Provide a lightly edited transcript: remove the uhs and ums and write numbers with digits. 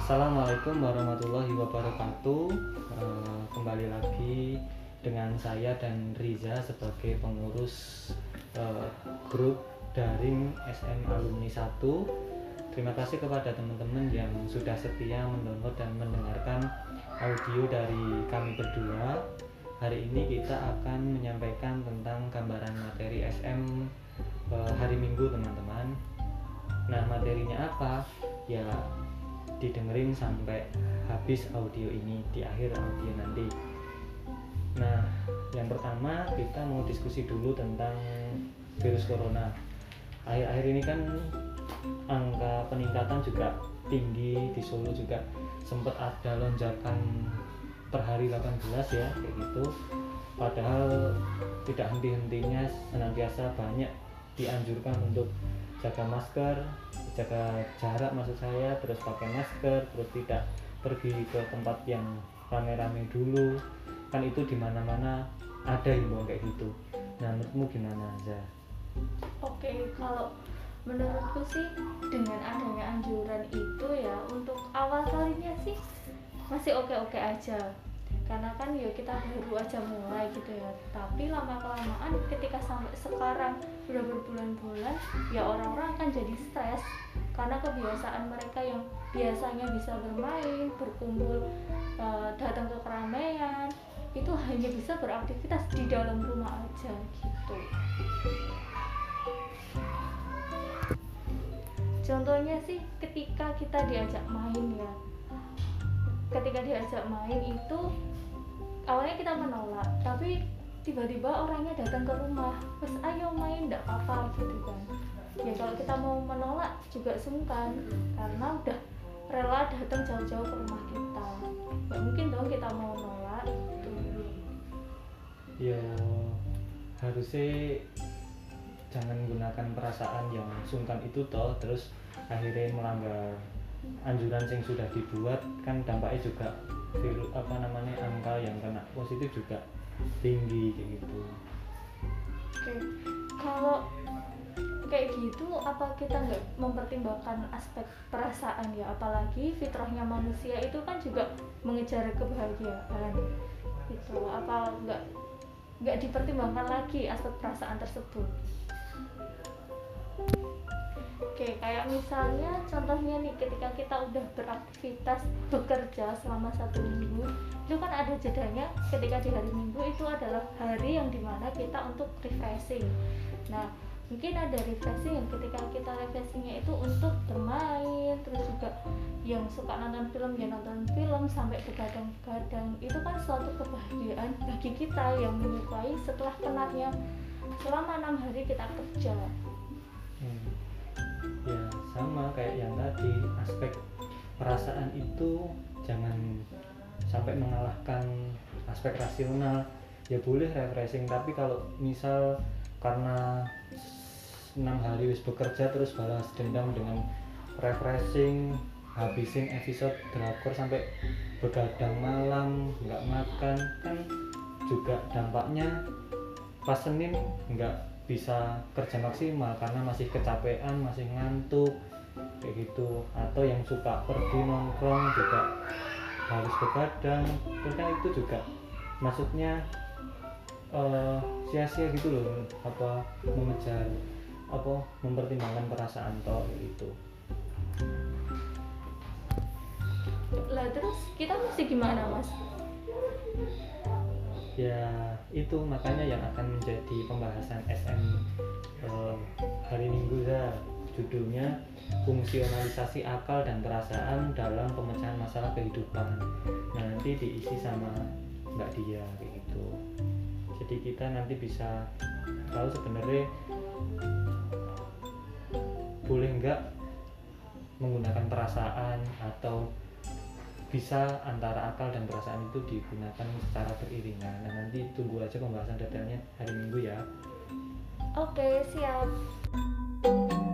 Assalamualaikum warahmatullahi wabarakatuh. Kembali lagi dengan saya dan Riza sebagai pengurus grup daring SM Alumni 1. Terima kasih kepada teman-teman yang sudah setia mendownload dan mendengarkan audio dari kami berdua. Hari ini kita akan menyampaikan tentang gambaran materi SM hari Minggu, teman-teman. Nah, materinya apa? Ya, didengerin sampai habis audio ini, di akhir audio nanti. Nah, yang pertama kita mau diskusi dulu tentang virus corona. Akhir-akhir ini kan angka peningkatan juga tinggi, di Solo juga sempat ada lonjakan per hari 18 ya, kayak gitu. Padahal tidak henti-hentinya, senantiasa banyak dianjurkan untuk jaga masker, jaga jarak maksud saya, terus pakai masker, terus tidak pergi ke tempat yang rame-rame dulu. Kan itu di mana-mana ada himbauan kayak gitu. Nah, menurutmu gimana, Za? Oke, kalau menurutku sih dengan adanya anjuran itu ya untuk awal kalinya sih masih oke-oke aja, karena kan ya kita baru aja mulai gitu ya. Tapi lama-kelamaan ketika sampai sekarang udah berbulan-bulan ya orang-orang akan jadi stres karena kebiasaan mereka yang biasanya bisa bermain, berkumpul, datang ke keramaian itu hanya bisa beraktivitas di dalam rumah aja gitu. Contohnya sih ketika kita diajak main ya, ketika diajak main itu awalnya kita menolak, tapi tiba-tiba orangnya datang ke rumah, terus ayo main, enggak apa-apa gitu kan. Ya kalau kita mau menolak juga sungkan karena udah rela datang jauh-jauh ke rumah kita, nggak mungkin dong kita mau nolak gitu. Ya, harusnya jangan gunakan perasaan yang sungkan itu toh, terus akhirnya melanggar anjuran yang sudah dibuat. Kan dampaknya juga angka yang kena positif juga tinggi kayak gitu. Oke, kalau kayak gitu apa kita nggak mempertimbangkan aspek perasaan ya, apalagi fitrahnya manusia itu kan juga mengejar kebahagiaan gitu. Apa nggak dipertimbangkan lagi aspek perasaan tersebut? Oke, kayak misalnya contohnya nih, ketika kita udah beraktivitas bekerja selama 1 minggu, itu kan ada jedanya. Ketika di hari Minggu itu adalah hari yang dimana kita untuk refreshing. Nah, mungkin ada refreshing yang ketika kita refreshingnya itu untuk bermain, terus juga yang suka nonton film ya nonton film sampai begadang-gadang. Itu kan suatu kebahagiaan bagi kita yang menyukai setelah penatnya selama 6 hari kita kerja. Ya sama kayak yang tadi, aspek perasaan itu jangan sampai mengalahkan aspek rasional. Ya boleh refreshing, tapi kalau misal karena 6 hari wis bekerja terus balas dendam dengan refreshing, habisin episode drakor sampai begadang malam, nggak makan, kan juga dampaknya pas Senin nggak bisa kerja maksimal karena masih kecapean, masih ngantuk kayak gitu. Atau yang suka pergi nongkrong juga harus begadang, kan itu juga maksudnya sia-sia gitu loh, mengejar mempertimbangkan perasaan toh gitu. Lah terus kita mesti gimana, Mas? Ya itu makanya yang akan menjadi pembahasan SM hari Minggu ya, judulnya fungsionalisasi akal dan perasaan dalam pemecahan masalah kehidupan. Nah, nanti diisi sama Mbak Dia kayak gitu. Jadi kita nanti bisa tahu sebenarnya boleh nggak menggunakan perasaan, atau bisa antara akal dan perasaan itu digunakan secara beriringan. Nah, nanti tunggu aja pembahasan detailnya hari Minggu ya. Oke, siap.